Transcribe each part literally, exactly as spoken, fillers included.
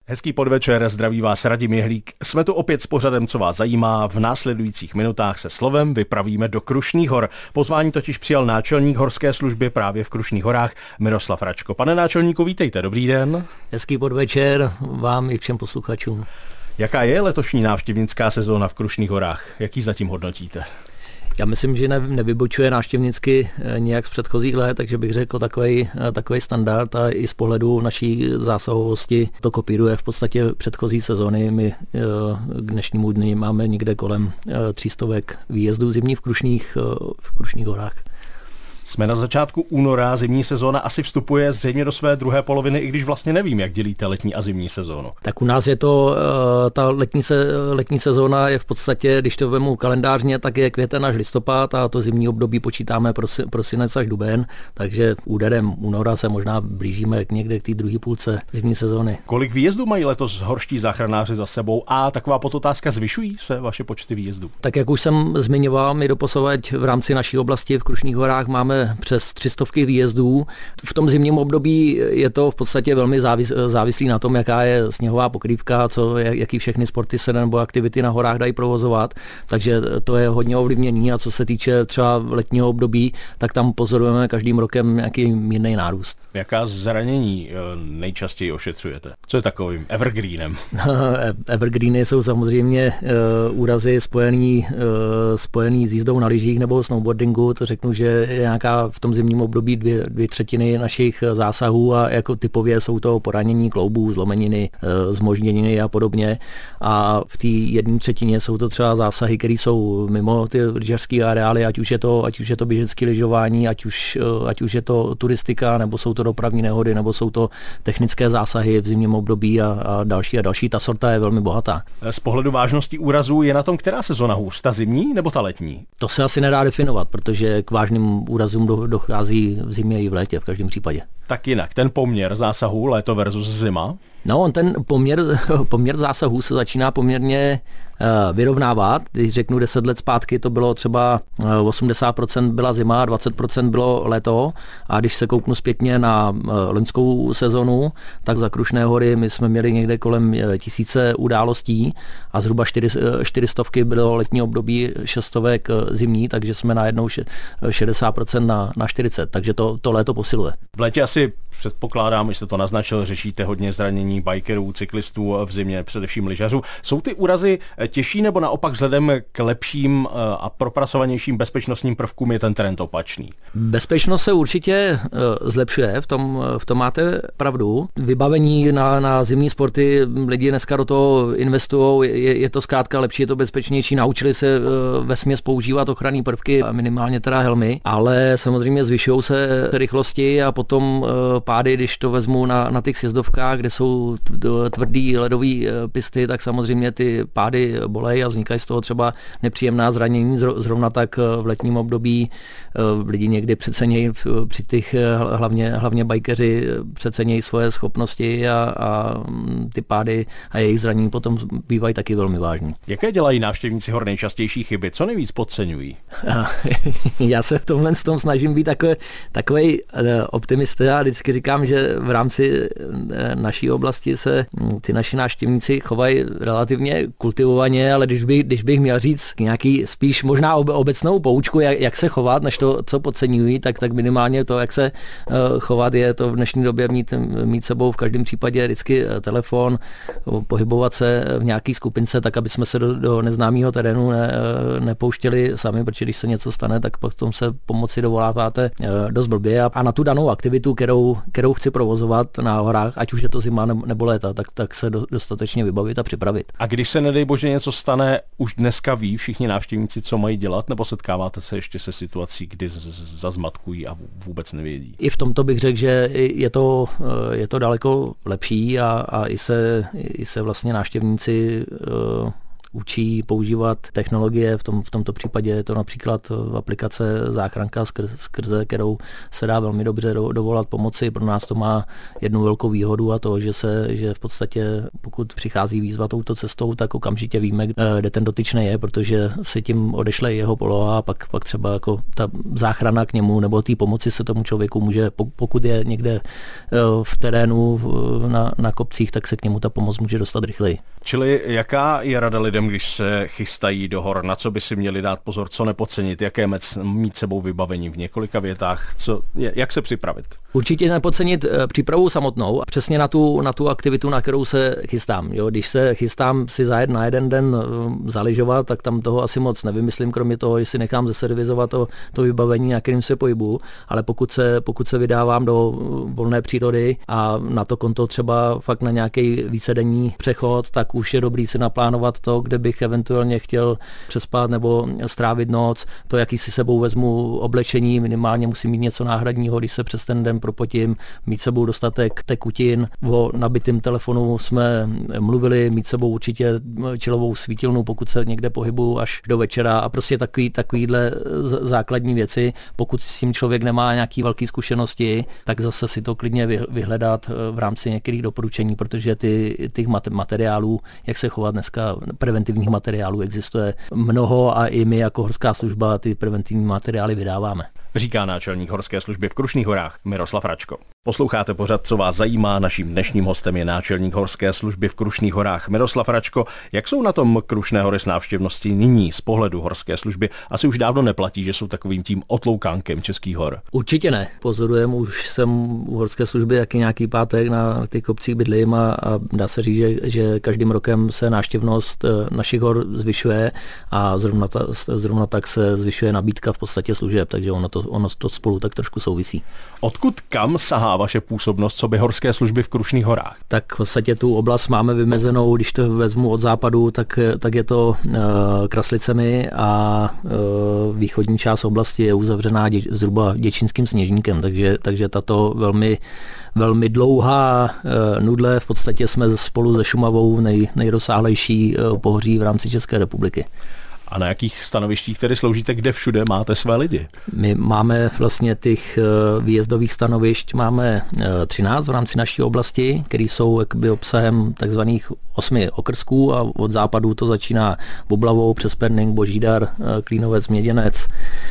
Hezký podvečer, zdraví vás Radim Jehlík. Jsme tu opět s pořadem, co vás zajímá. V následujících minutách se slovem vypravíme do Krušných hor. Pozvání totiž přijal náčelník horské služby právě v Krušných horách Miroslav Račko. Pane náčelníku, vítejte, dobrý den. Hezký podvečer vám i všem posluchačům. Jaká je letošní návštěvnická sezóna v Krušných horách? Jak ji zatím hodnotíte? Já myslím, že ne, nevybočuje návštěvnicky nějak z předchozích let, takže bych řekl takový, takový standard a i z pohledu naší zásahovosti to kopíruje v podstatě předchozí sezóny. My k dnešnímu dni máme někde kolem třístovek výjezdů zimních v Krušných, v Krušných horách. Jsme na začátku února, zimní sezóna asi vstupuje zřejmě do své druhé poloviny, i když vlastně nevím, jak dělíte letní a zimní sezónu. Tak u nás je to, ta letní, se, letní sezóna je v podstatě, když to vemu kalendářně, tak je květen až listopad a to zimní období počítáme prosi, prosinec až duben, takže úderem února se možná blížíme k někde k té druhé půlce zimní sezóny. Kolik výjezdů mají letos horští záchranáři za sebou a taková podotázka, zvyšují se vaše počty výjezdů? Tak jak už jsem zmiňoval, my doposavad v rámci naší oblasti v Krušných horách máme přes tři stovky výjezdů. V tom zimním období je to v podstatě velmi závis, závislý na tom, jaká je sněhová pokrývka, co, jaký všechny sporty se nebo aktivity na horách dají provozovat, takže to je hodně ovlivněný a co se týče třeba letního období, tak tam pozorujeme každým rokem nějaký mírný nárůst. Jaká zranění nejčastěji ošetřujete? Co je takovým evergreenem? Evergreeny jsou samozřejmě uh, úrazy spojený, uh, spojený s jízdou na lyžích nebo snowboardingu, to řeknu, že je nějaká v tom zimním období dvě, dvě třetiny našich zásahů a jako typově jsou to poranění kloubů, zlomeniny, zmožděniny a podobně. A v té jedné třetině jsou to třeba zásahy, které jsou mimo ty lyžařské areály, ať už je to, ať už je to běžecké lyžování, ať už, ať už je to turistika, nebo jsou to dopravní nehody, nebo jsou to technické zásahy v zimním období a, a další a další. Ta sorta je velmi bohatá. Z pohledu vážnosti úrazů je na tom, která sezona hůř, ta zimní nebo ta letní? To se asi nedá definovat, protože k vážným úrazům dochází v zimě i v létě v každém případě. Tak jinak, ten poměr zásahů léto versus zima? No, on ten poměr, poměr zásahů se začíná poměrně uh, vyrovnávat. Když řeknu deset let zpátky, to bylo třeba uh, osmdesát procent byla zima, dvacet procent bylo léto. A když se kouknu zpětně na uh, loňskou sezonu, tak za Krušné hory my jsme měli někde kolem uh, tisíce událostí a zhruba čtyři, uh, čtyřistovky bylo letní období, šestovek uh, zimní, takže jsme najednou š, uh, šedesát procent na, na čtyřicet, takže to, to léto posiluje. V létě asi předpokládám, že jste to naznačil, řešíte hodně zranění bikerů, cyklistů, v zimě především lyžařů. Jsou ty úrazy těžší nebo naopak vzhledem k lepším a propracovanějším bezpečnostním prvkům je ten trend opačný? Bezpečnost se určitě zlepšuje, v tom, v tom máte pravdu. Vybavení na, na zimní sporty, lidi dneska do toho investují, je, je to zkrátka lepší, je to bezpečnější, naučili se vesměs používat ochranné prvky, minimálně teda helmy, ale samozřejmě zvyšují se rychlosti a potom pády, když to vezmu na, na těch sjezdovkách, kde jsou tvrdý ledový pisty, tak samozřejmě ty pády bolej a vznikají z toho třeba nepříjemná zranění. Zrovna tak v letním období lidi někdy přecenějí při těch hlavně, hlavně bajkeři přecenějí svoje schopnosti a, a ty pády a jejich zranění potom bývají taky velmi vážní. Jaké dělají návštěvníci hor nejčastější chyby? Co nejvíc podceňují? Já se v tomhle tom snažím být takový, takový optimista a vždycky říkám, že v rámci naší oblasti se ty naši návštěvníci chovají relativně kultivovaně, ale když bych, když bych měl říct nějaký spíš možná obecnou poučku, jak, jak se chovat, než to, co podceňují, tak, tak minimálně to, jak se uh, chovat, je to v dnešní době mít, mít sebou v každém případě vždycky telefon, pohybovat se v nějaký skupince, tak aby jsme se do, do neznámého terénu ne, nepouštěli sami, protože když se něco stane, tak potom se pomoci dovoláváte uh, dost blbě a, a na tu danou aktivitu, kterou, kterou chci provozovat na horách, ať už je to zima nebo léta, tak, tak se do, dostatečně vybavit a připravit. A když se nedej bože něco stane, už dneska ví všichni návštěvníci, co mají dělat, nebo setkáváte se ještě se situací, kdy zazmatkují a vůbec nevědí? I v tomto bych řekl, že je to, je to daleko lepší a, a i, se, i se vlastně návštěvníci uh, učí používat technologie, v, tom, v tomto případě je to například aplikace záchranka, skrze, skrze kterou se dá velmi dobře do, dovolat pomoci. Pro nás to má jednu velkou výhodu a to, že se, že v podstatě pokud přichází výzva touto cestou, tak okamžitě víme, kde ten dotyčný je, protože se tím odešle jeho poloha a pak, pak třeba jako ta záchrana k němu nebo té pomoci se tomu člověku může, pokud je někde v terénu na, na kopcích, tak se k němu ta pomoc může dostat rychleji. Čili jaká je rada lidem, když se chystají do hor, na co by si měli dát pozor, co nepodcenit, jaké mít sebou vybavení v několika větách, co, jak se připravit? Určitě nepodcenit přípravu samotnou, přesně na tu, na tu aktivitu, na kterou se chystám. Jo, když se chystám si zajet na jeden den zaližovat, tak tam toho asi moc nevymyslím, kromě toho, že si nechám zeservizovat to, to vybavení, na kterým se pohybu, ale pokud se, pokud se vydávám do volné přírody a na to konto třeba fakt na nějaký vícedenní přechod, tak už je dobrý si naplánovat to, kde bych eventuálně chtěl přespat nebo strávit noc, to, jaký si sebou vezmu oblečení, minimálně musím mít něco náhradního, když se přes ten den propotím, mít sebou dostatek tekutin. O nabitém telefonu jsme mluvili, mít sebou určitě čilovou svítilnu, pokud se někde pohybuju až do večera a prostě takový, takovýhle základní věci. Pokud s tím člověk nemá nějaký velký zkušenosti, tak zase si to klidně vyhledat v rámci některých doporučení, protože ty, těch materiálů, jak se chovat dneska, preventivních materiálů existuje mnoho a i my jako Horská služba ty preventivní materiály vydáváme. Říká náčelník Horské služby v Krušných horách Miroslav Račko. Posloucháte pořad, co vás zajímá. Naším dnešním hostem je náčelník Horské služby v Krušných horách Miroslav Račko. Jak jsou na tom Krušné hory s návštěvností nyní z pohledu Horské služby? Asi už dávno neplatí, že jsou takovým tím otloukánkem českých hor. Určitě ne. Pozorujem, už jsem u Horské služby jaký nějaký pátek na těch kopcích bydlím a, a dá se říct, že, že každým rokem se návštěvnost našich hor zvyšuje a zrovna, ta, zrovna tak se zvyšuje nabídka v podstatě služeb, takže ono to, ono to spolu tak trošku souvisí. Odkud kam sahá vaše působnost, co by Horské služby v Krušných horách? Tak v podstatě tu oblast máme vymezenou, když to vezmu od západu, tak, tak je to uh, Kraslicemi a uh, východní část oblasti je uzavřená dě, zhruba Děčínským Sněžníkem, takže, takže tato velmi, velmi dlouhá uh, nudle, v podstatě jsme spolu se Šumavou nej, nejrozsáhlejší uh, pohoří v rámci České republiky. A na jakých stanovištích tedy sloužíte, kde všude máte své lidi? My máme vlastně těch výjezdových stanovišť, máme třináct v rámci naší oblasti, které jsou jakoby obsahem takzvaných osmi okrsků a od západu to začíná Bublavou přes Perning, Božídar, Klínovec, Měděnec,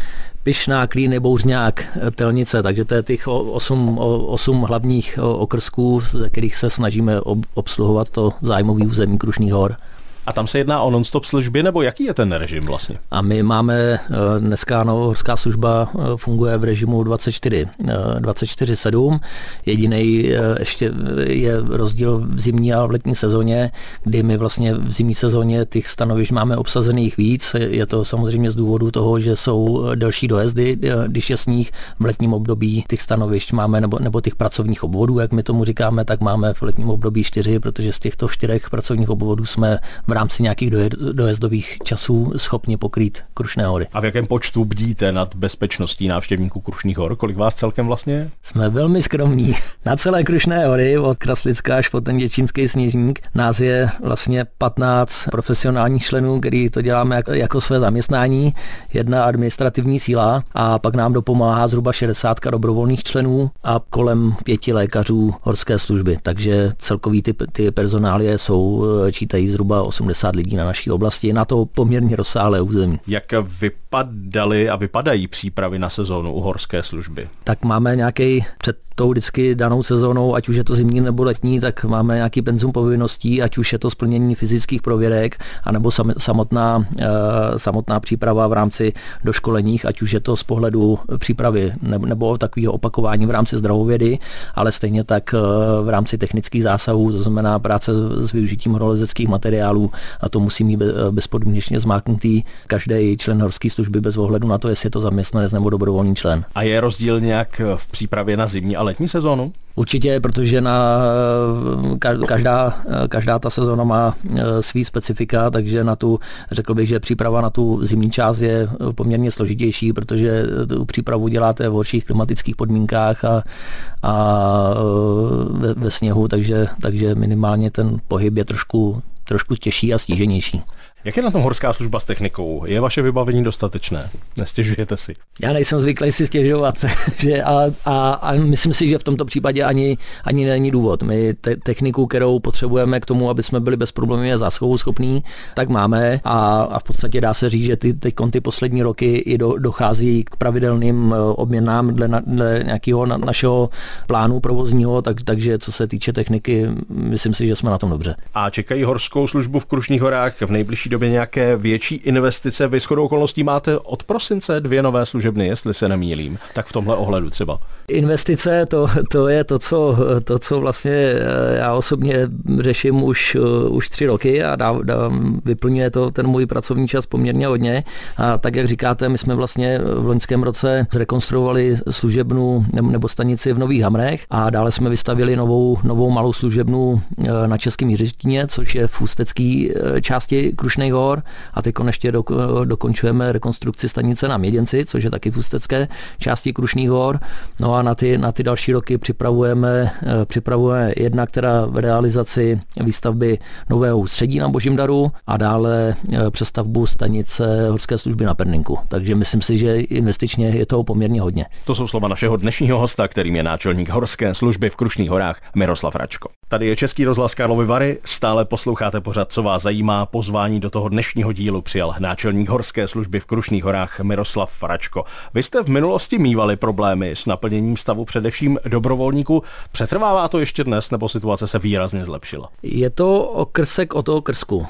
Pyšná, Klíny, Bouřňák, Telnice, takže to je těch osm, osm hlavních okrsků, ze kterých se snažíme obsluhovat to zájmový území Krušných hor. A tam se jedná o non-stop služby, nebo jaký je ten režim vlastně? A my máme, dneska no, Horská služba funguje v režimu dvacet čtyři sedm. Jediný ještě je rozdíl v zimní a v letní sezóně, kdy my vlastně v zimní sezóně těch stanovišť máme obsazených víc. Je to samozřejmě z důvodu toho, že jsou delší dojezdy, když je sníh. V letním období těch stanovišť máme, nebo, nebo těch pracovních obvodů, jak my tomu říkáme, tak máme v letním období čtyři, protože z těchto čtyřech pracovních obvodů jsme v rámci nějakých dojezdových časů schopni pokrýt Krušné hory. A v jakém počtu bdíte nad bezpečností návštěvníků Krušných hor? Kolik vás celkem vlastně je? Jsme velmi skromní. Na celé Krušné hory, od Kraslicka až po ten Děčínský Sněžník, nás je vlastně patnáct profesionálních členů, který to děláme jako, jako své zaměstnání, jedna administrativní síla a pak nám dopomáhá zhruba šedesát dobrovolných členů a kolem pěti lékařů Horské služby. Takže celkový ty, ty personálie jsou, čítají zhruba osmdesát lidí na naší oblasti, na to poměrně rozsáhlé území. Jak vypadaly a vypadají přípravy na sezónu u Horské služby? Tak máme nějaký před tou vždycky danou sezónou, ať už je to zimní nebo letní, tak máme nějaký penzum povinností, ať už je to splnění fyzických prověrek, anebo samotná, samotná příprava v rámci doškoleních, ať už je to z pohledu přípravy nebo, nebo takového opakování v rámci zdravovědy, ale stejně tak v rámci technických zásahů, to znamená práce s využitím horolezeckých materiálů a to musí mít bezpodmínečně zmáknutý každý člen horské služby bez ohledu na to, jestli je to zaměstnanec nebo dobrovolný člen. A je rozdíl nějak v přípravě na zimní a letní sezónu? Určitě, protože na každá, každá ta sezóna má svý specifika, takže na tu, řekl bych, že příprava na tu zimní část je poměrně složitější, protože tu přípravu děláte v horších klimatických podmínkách a, a ve, ve sněhu, takže, takže minimálně ten pohyb je trošku, trošku těžší a stíženější. Jak je na tom horská služba s technikou? Je vaše vybavení dostatečné? Nestěžujete si? Já nejsem zvyklý si stěžovat, že a, a, a myslím si, že v tomto případě ani, ani není důvod. My te, techniku, kterou potřebujeme k tomu, aby jsme byli bezproblémově zásluhou schopní, tak máme a, a v podstatě dá se říct, že ty, ty konty poslední roky i do, dochází k pravidelným obměnám dle, dle nějakého na, našeho plánu provozního, tak, takže co se týče techniky, myslím si, že jsme na tom dobře. A čekají horskou službu v Krušných horách v nejbližší době nějaké větší investice? Vy shodou okolností máte od prosince dvě nové služebny, jestli se nemýlím, tak v tomhle ohledu třeba. Investice, to, to je to co, to, co vlastně já osobně řeším už, už tři roky a dá, dá, vyplňuje to ten můj pracovní čas poměrně hodně. A tak, jak říkáte, my jsme vlastně v loňském roce zrekonstruovali služebnu nebo stanici v Nových Hamrech a dále jsme vystavili novou, novou malou služebnu na Českém Jiřištíně, což je v ústecké části Krušných hor, a teď ještě do, dokončujeme rekonstrukci stanice na Měděnci, což je taky v ústecké části Krušných hor. No a na ty, na ty další roky připravujeme, připravujeme jednak teda v realizaci výstavby nového ústředí na Božímdaru a dále přestavbu stanice horské služby na Perninku. Takže myslím si, že investičně je toho poměrně hodně. To jsou slova našeho dnešního hosta, kterým je náčelník horské služby v Krušných horách Miroslav Račko. Tady je Český rozhlas Karlovy Vary, stále posloucháte pořad Co vás zajímá. Pozvání do toho dnešního dílu přijal náčelník horské služby v Krušných horách Miroslav Račko. Vy jste v minulosti mívali problémy s naplněním stavu především dobrovolníků. Přetrvává to ještě dnes, nebo situace se výrazně zlepšila? Je to okrsek od okrsku.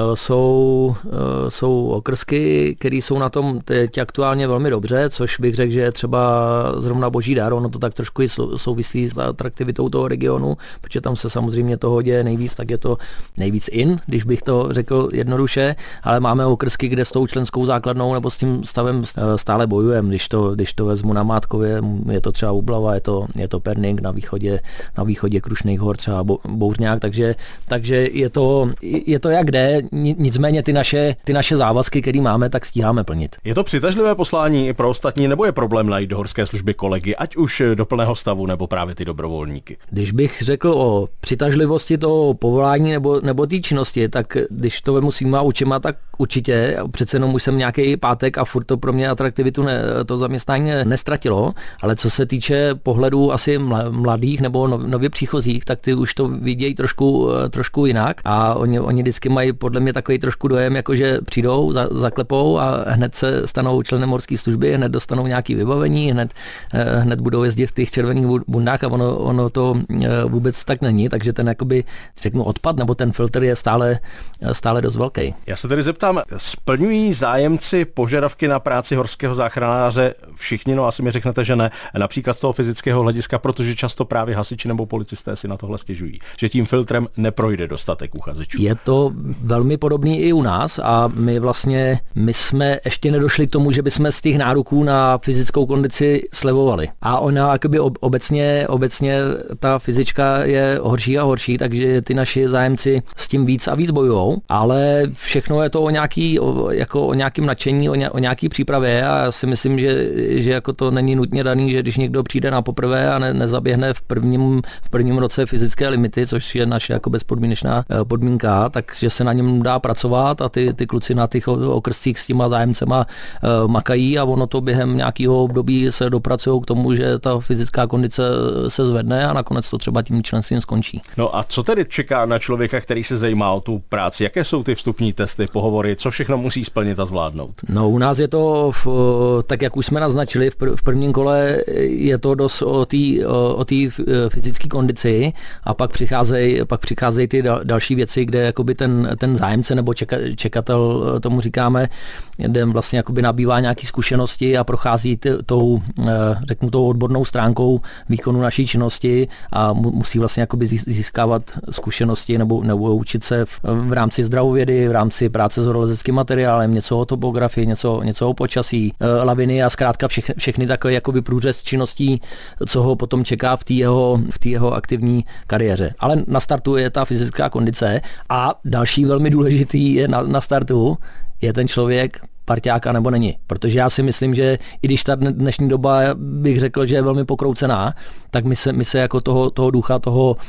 Jsou, jsou okrsky, které jsou na tom teď aktuálně velmi dobře, což bych řekl, že je třeba zrovna Boží dar, ono to tak trošku i souvisí s atraktivitou toho regionu, protože tam se samozřejmě toho děje nejvíc, tak je to nejvíc in, když bych to řekl jednoduše, ale máme okrsky, kde s tou členskou základnou nebo s tím stavem stále bojujeme. Když to, když to vezmu na Mátkově, je to třeba Ublava, je to, je to Perník, na východě, na východě Krušných hor třeba Bouřňák, takže, takže je to, je to jak jde, nicméně ty naše, ty naše závazky, které máme, tak stíháme plnit. Je to přitažlivé poslání i pro ostatní, nebo je problém najít do horské služby kolegy, ať už do plného stavu, nebo právě ty dobrovolníky? Když bych řekl o přitažlivosti toho povolání nebo, nebo té činnosti, tak když to vemu svýma očima, tak určitě, přece jenom už jsem nějaký pátek a furt to pro mě atraktivitu ne, to zaměstnání nestratilo, ale co se týče pohledu asi mladých nebo nově příchozích, tak ty už to vidějí trošku, trošku jinak a oni, oni vždycky mají podle mě takový trošku dojem, jako že přijdou, za, zaklepou a hned se stanou členem horské služby, hned dostanou nějaké vybavení, hned, hned budou jezdit v těch červených bundách a ono, ono to vůbec tak není, takže ten jakoby, řeknu, odpad nebo ten filtr je stále, stále dost velký. Já se tedy zeptám, splňují zájemci požadavky na práci horského záchranáře všichni? No asi mi řeknete, že ne. Například z toho fyzického hlediska, protože často právě hasiči nebo policisté si na tohle stěžují, že tím filtrem neprojde dostatek uchazečů. Je to velmi podobný i u nás a my vlastně, my jsme ještě nedošli k tomu, že bychom z těch nároků na fyzickou kondici slevovali. A ona jakoby obecně, obecně ta fyzička je horší a horší, takže ty naši zájemci s tím víc a víc bojujou, ale všechno je to o nějaký, o, jako o nějakým nadšení, o, ně, o nějaký přípravě a já si myslím, že, že jako to není nutně daný, že když někdo přijde na poprvé a ne, nezaběhne v prvním, v prvním roce fyzické limity, což je naše jako bezpodmínečná podmínka, takže se na něm dá pracovat a ty, ty kluci na těch okrscích s těma zájemcema makají a ono to během nějakého období se dopracují k tomu, že ta fyzická kondice se zvedne a nakonec to třeba tím členstvím skončí. No a co tedy čeká na člověka, který se zajímá o tu práci? Jaké jsou ty vstupní testy, pohovory, co všechno musí splnit a zvládnout? No u nás je to, v, tak jak už jsme naznačili, v, pr- v prvním kole je to dost o té o fyzické kondici a pak přicházejí pak přicházejí ty dal, další věci, kde jakoby ten, ten zájemce nebo čeka, čekatel, tomu říkáme, kde vlastně jakoby nabývá nějaké zkušenosti a prochází t, tou, řeknu, tou odbornou stránkou výkonu naší činnosti a mu, musí vlastně jakoby získávat zkušenosti nebo, nebo učit se v, v rámci zdravovědy, v rámci práce s horolezeckým materiálem, něco o topografii, něco, něco o počasí, laviny a zkrátka všechny, všechny takové jakoby průřez činností, co ho potom čeká v té jeho, v té jeho aktivní kariéře. Ale na startu je ta fyzická kondice a další velmi důležitý je na, na startu je ten člověk parťáka nebo není. Protože já si myslím, že i když ta dnešní doba bych řekl, že je velmi pokroucená, tak my se, my se jako toho, toho ducha, toho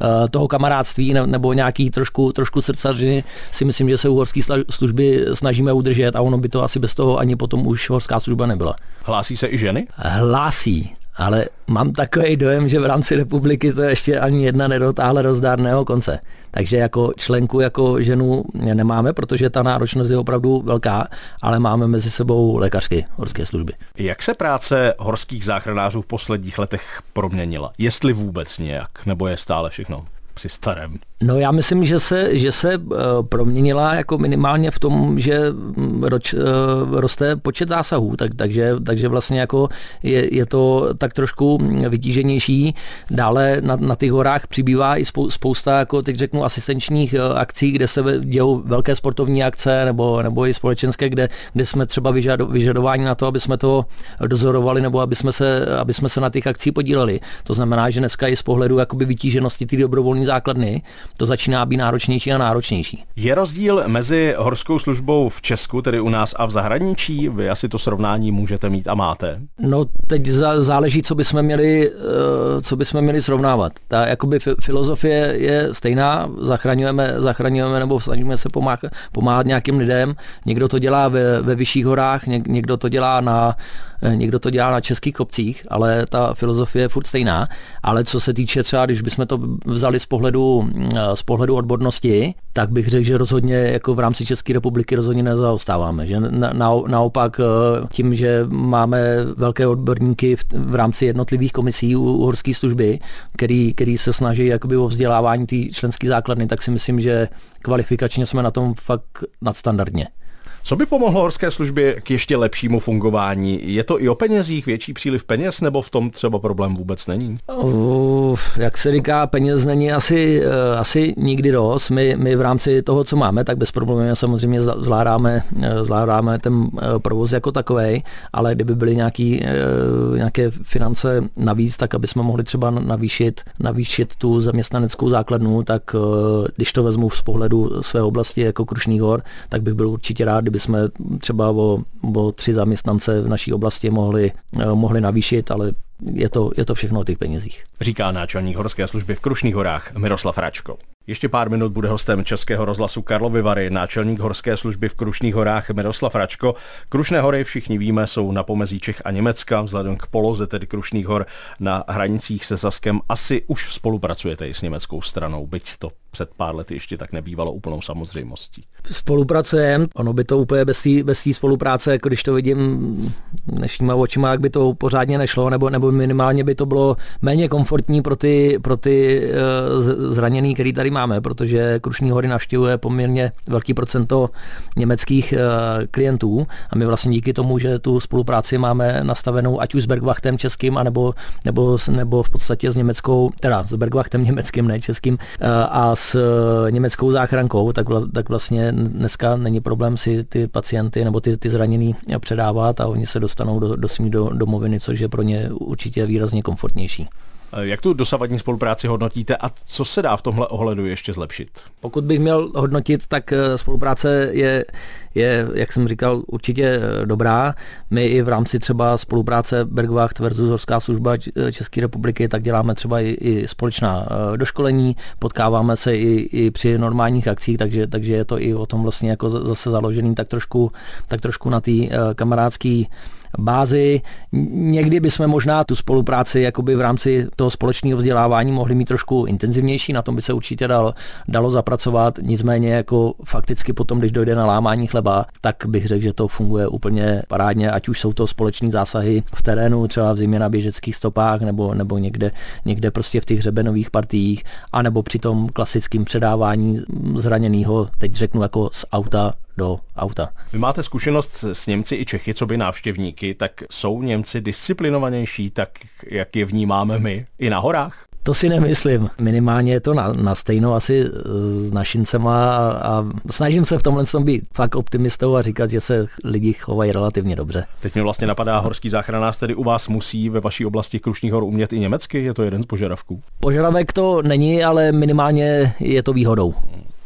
toho kamarádství nebo nějaký trošku, trošku srdcařiny si myslím, že se u horské služby snažíme udržet a ono by to asi bez toho ani potom už horská služba nebyla. Hlásí se i ženy? Hlásí. Ale mám takový dojem, že v rámci republiky to ještě ani jedna nedotáhla do zdárného konce. Takže jako členku, jako ženu nemáme, protože ta náročnost je opravdu velká, ale máme mezi sebou lékařky horské služby. Jak se práce horských záchranářů v posledních letech proměnila? Jestli vůbec nějak, nebo je stále všechno při starém? No já myslím, že se, že se proměnila jako minimálně v tom, že roč, roste počet zásahů, tak, takže, takže vlastně jako je, je to tak trošku vytíženější. Dále na, na těch horách přibývá i spousta, jako teď řeknu, asistenčních akcí, kde se dějou velké sportovní akce nebo, nebo i společenské, kde, kde jsme třeba vyžado, vyžadováni na to, aby jsme to dozorovali nebo aby jsme se, aby jsme se na těch akcích podíleli. To znamená, že dneska i z pohledu jakoby vytíženosti té dobrovolné základny to začíná být náročnější a náročnější. Je rozdíl mezi horskou službou v Česku, tedy u nás, a v zahraničí? Vy asi to srovnání můžete mít a máte. No teď záleží, co bychom měli, co bychom měli srovnávat. Ta jakoby filozofie je stejná, zachraňujeme, zachraňujeme nebo snažíme se pomáhat, pomáhat nějakým lidem. Někdo to dělá ve, ve vyšších horách, někdo to dělá na Někdo to dělá na českých kopcích, ale ta filozofie je furt stejná. Ale co se týče třeba, když bychom to vzali z pohledu, z pohledu odbornosti, tak bych řekl, že rozhodně jako v rámci České republiky rozhodně nezaostáváme. Že na, na, naopak tím, že máme velké odborníky v, v rámci jednotlivých komisí u, u horské služby, který, který se snaží jakoby o vzdělávání té členské základny, tak si myslím, že kvalifikačně jsme na tom fakt nadstandardně. Co by pomohlo horské službě k ještě lepšímu fungování? Je to i o penězích, větší příliv peněz, nebo v tom třeba problém vůbec není? Uh, jak se říká, peněz není asi, uh, asi nikdy dost. My, my v rámci toho, co máme, tak bez problémů samozřejmě zvládáme, zvládáme ten uh, provoz jako takovej, ale kdyby byly nějaký, uh, nějaké finance navíc, tak aby jsme mohli třeba navýšit, navýšit tu zaměstnaneckou základnu, tak uh, když to vezmu z pohledu své oblasti jako Krušných hor, tak bych byl určitě rád, kdyby jsme třeba o, o tři zaměstnance v naší oblasti mohli, mohli navýšit, ale je to, je to všechno o těch penězích. Říká náčelník horské služby v Krušných horách Miroslav Račko. Ještě pár minut bude hostem Českého rozhlasu Karlovy Vary náčelník horské služby v Krušných horách Miroslav Račko. Krušné hory, všichni víme, jsou na pomezí Čech a Německa, vzhledem k poloze tedy Krušných hor na hranicích se Saskem. Asi už spolupracujete i s německou stranou, byť to před pár lety ještě tak nebývalo úplnou samozřejmostí. Spolupracujeme, ono by to úplně bez té bez té spolupráce, jako když to vidím dnešníma očima, jak by to pořádně nešlo, nebo, nebo minimálně by to bylo méně komfortní pro ty, pro ty zraněný, který tady máme, protože Krušní hory navštěvuje poměrně velký procento německých klientů a my vlastně díky tomu, že tu spolupráci máme nastavenou ať už s Bergwachtem českým, anebo, nebo, nebo v podstatě s německou, teda s Bergwachtem německým, ne českým, a s německou záchrankou, tak, tak vlastně dneska není problém si ty pacienty nebo ty, ty zraněný předávat a oni se dostanou do, do svým do, domoviny, což je pro ně určitě výrazně komfortnější. Jak tu dosavadní spolupráci hodnotíte a co se dá v tomhle ohledu ještě zlepšit? Pokud bych měl hodnotit, tak spolupráce je, je, jak jsem říkal, určitě dobrá. My i v rámci třeba spolupráce Bergwacht versus Horská služba České republiky, tak děláme třeba i, i společná doškolení, potkáváme se i, i při normálních akcích, takže, takže je to i o tom vlastně jako zase založený tak trošku, tak trošku na té kamarádské bázi. Někdy bychom možná tu spolupráci jakoby v rámci toho společného vzdělávání mohli mít trošku intenzivnější, na tom by se určitě dalo, dalo zapracovat, nicméně jako fakticky potom, když dojde na lámání chleba, tak bych řekl, že to funguje úplně parádně, ať už jsou to společní zásahy v terénu, třeba v zimě na běžeckých stopách, nebo, nebo někde, někde prostě v těch hřebenových partiích, anebo při tom klasickém předávání zraněného, teď řeknu jako z auta do auta. Vy máte zkušenost s Němci i Čechy, co by návštěvníky, tak jsou Němci disciplinovanější, tak jak je vnímáme my i na horách? To si nemyslím. Minimálně je to na, na stejno asi s našincema a, a snažím se v tomhle tom být fakt optimistou a říkat, že se lidi chovají relativně dobře. Teď mě vlastně napadá, horský záchranář tedy u vás musí ve vaší oblasti Krušných hor umět i německy? Je to jeden z požadavků? Požadavek to není, ale minimálně je to výhodou.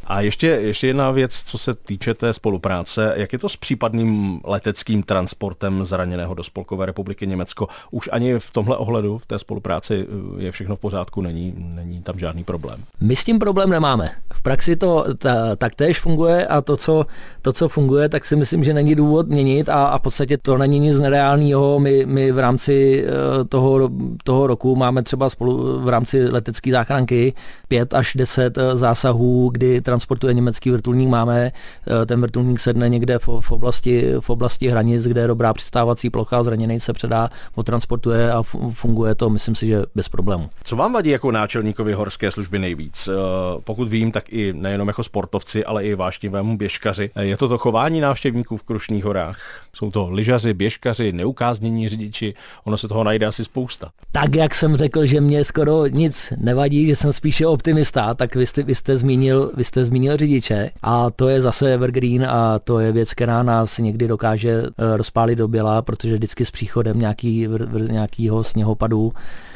A ještě, ještě jedna věc, co se týče té spolupráce. Jak je to s případným leteckým transportem zraněného do Spolkové republiky Německo? Už ani v tomhle ohledu, v té spolupráci je všechno v pořádku, není, není tam žádný problém. My s tím problém nemáme. V praxi to ta, taktéž funguje a to co, to, co funguje, tak si myslím, že není důvod měnit a, a v podstatě to není nic nereálního. My, my v rámci toho, toho roku máme třeba spolu v rámci letecké záchranky pět až deset zásahů, kdy transportuje německý vrtulník. Máme, ten vrtulník sedne někde v, v, oblasti, v oblasti hranic, kde je dobrá přistávací plocha, zraněný se předá, odtransportuje a funguje to, myslím si, že bez problému. Co vám vadí jako náčelníkovi horské služby nejvíc? Pokud vím, tak i nejenom jako sportovci, ale i vášnivému běžkaři. Je to to chování návštěvníků v Krušných horách? Jsou to lyžaři, běžkaři, neukáznění řidiči? Ono se toho najde asi spousta. Tak, jak jsem řekl, že mě skoro nic nevadí, že jsem spíše optimista, tak vy jste, vy jste, zmínil, vy jste zmínil řidiče a to je zase evergreen a to je věc, která nás někdy dokáže rozpálit do běla, protože vždycky s příchodem nějaký, nějakýho sněhopadu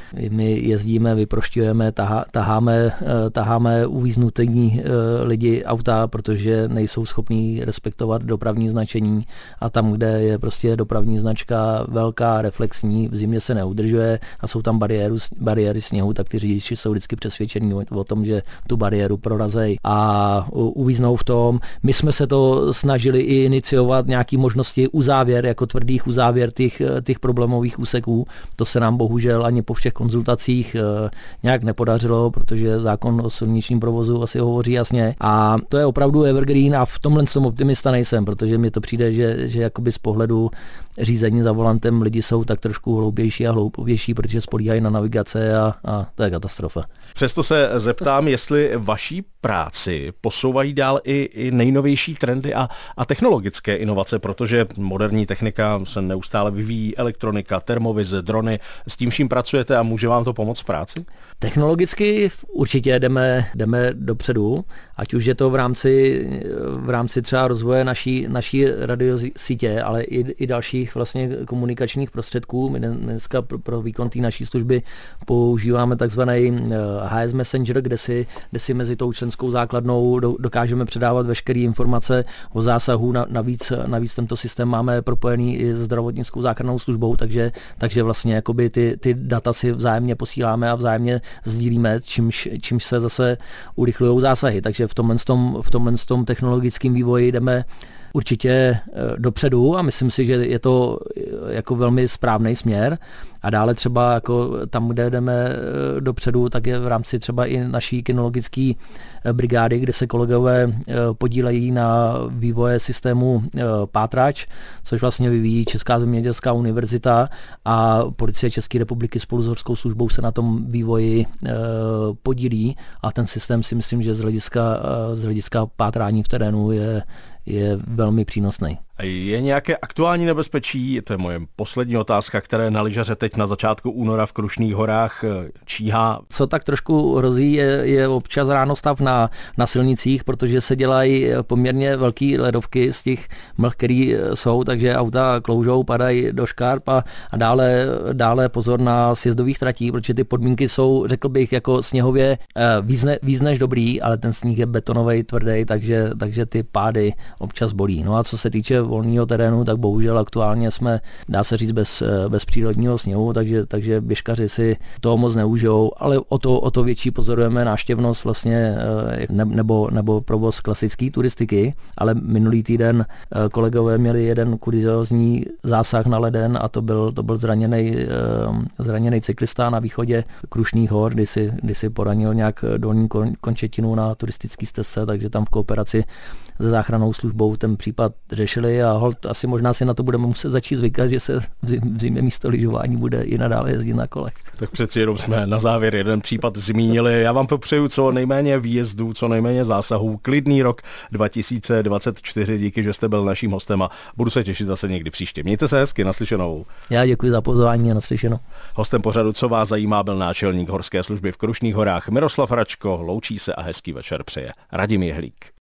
my jezdíme, vyprošťujeme, tahá, taháme, taháme uvíznutý lidi auta, protože nejsou schopní respektovat dopravní značení a tam, kde je prostě dopravní značka velká, reflexní, v zimě se neudržuje a jsou tam bariéru, bariéry sněhu, tak ty řidiči jsou vždycky přesvědčení o, o tom, že tu bariéru prorazejí a uvíznou v tom. My jsme se to snažili i iniciovat nějaké možnosti uzávěr, jako tvrdých uzávěr těch, těch problémových úseků. To se nám bohužel ani po všech konzultacích e, nějak nepodařilo, protože zákon o silničním provozu asi hovoří jasně. A to je opravdu evergreen a v tomhle jsem optimista nejsem, protože mi to přijde, že, že jakoby z pohledu řízení za volantem lidi jsou tak trošku hloupější a hloupější, protože spolíhají na navigace a, a to je katastrofa. Přesto se zeptám, jestli vaší práci posouvají dál i, i nejnovější trendy a, a technologické inovace, protože moderní technika se neustále vyvíjí, elektronika, termovize, drony, s tím vším pracujete a může vám to pomoct v práci? Technologicky určitě jdeme, jdeme dopředu, ať už je to v rámci, v rámci třeba rozvoje naší, naší radiosítě, ale i, i dalších vlastně komunikačních prostředků. My dneska pro, pro výkon té naší služby používáme takzvaný H S Messenger, kde si, kde si mezi tou členskou základnou do, dokážeme předávat veškeré informace o zásahu. Navíc, navíc tento systém máme propojený i s zdravotnickou záchrannou službou, takže, takže vlastně jakoby ty, ty data si vzájemně posíláme a vzájemně sdílíme, čímž, čímž se zase urychlují zásahy. Takže v tomhle, tom, v tomhle tom technologickém vývoji jdeme určitě dopředu a myslím si, že je to jako velmi správný směr. A dále třeba jako tam, kde jdeme dopředu, tak je v rámci třeba i naší kinologické brigády, kde se kolegové podílejí na vývoje systému Pátrač, což vlastně vyvíjí Česká zemědělská univerzita a Policie České republiky spolu s horskou službou se na tom vývoji podílí a ten systém si myslím, že z hlediska, z hlediska pátrání v terénu je je velmi přínosný. Je nějaké aktuální nebezpečí, to je moje poslední otázka, které na lyžaře teď na začátku února v Krušných horách číhá? Co tak trošku hrozí, je, je občas ráno stav na, na silnicích, protože se dělají poměrně velké ledovky z těch mlh, které jsou, takže auta kloužou, padají do škarp a, a dále, dále pozor na sjezdových tratí, protože ty podmínky jsou, řekl bych, jako sněhově víc, ne, víc než dobrý, ale ten sníh je betonový, tvrdý, takže, takže ty pády občas bolí. No a co se týče volného terénu, tak bohužel aktuálně jsme, dá se říct, bez, bez přírodního sněhu, takže, takže běžkaři si toho moc neužijou, ale o to, o to větší pozorujeme návštěvnost vlastně ne, nebo, nebo provoz klasické turistiky, ale minulý týden kolegové měli jeden kuriózní zásah na leden a to byl, to byl zraněný, zraněný cyklista na východě Krušných hor, kdy si, kdy si poranil nějak dolní končetinu na turistické stezce, takže tam v kooperaci se záchrannou službou ten případ řešili a holt asi možná si na to budeme muset začít zvykat, že se v zimě místo lyžování bude i nadále jezdit na kolech. Tak přeci jenom jsme na závěr jeden případ zmínili. Já vám popřeju co nejméně výjezdů, co nejméně zásahů. Klidný rok dva tisíce dvacet čtyři. Díky, že jste byl naším hostem a budu se těšit zase někdy příště. Mějte se hezky, naslyšenou. Já děkuji za pozvání a naslyšenou. Hostem pořadu Co vás zajímá byl náčelník horské služby v Krušných horách Miroslav Račko. Loučí se a hezký večer přeje Radim Jehlík.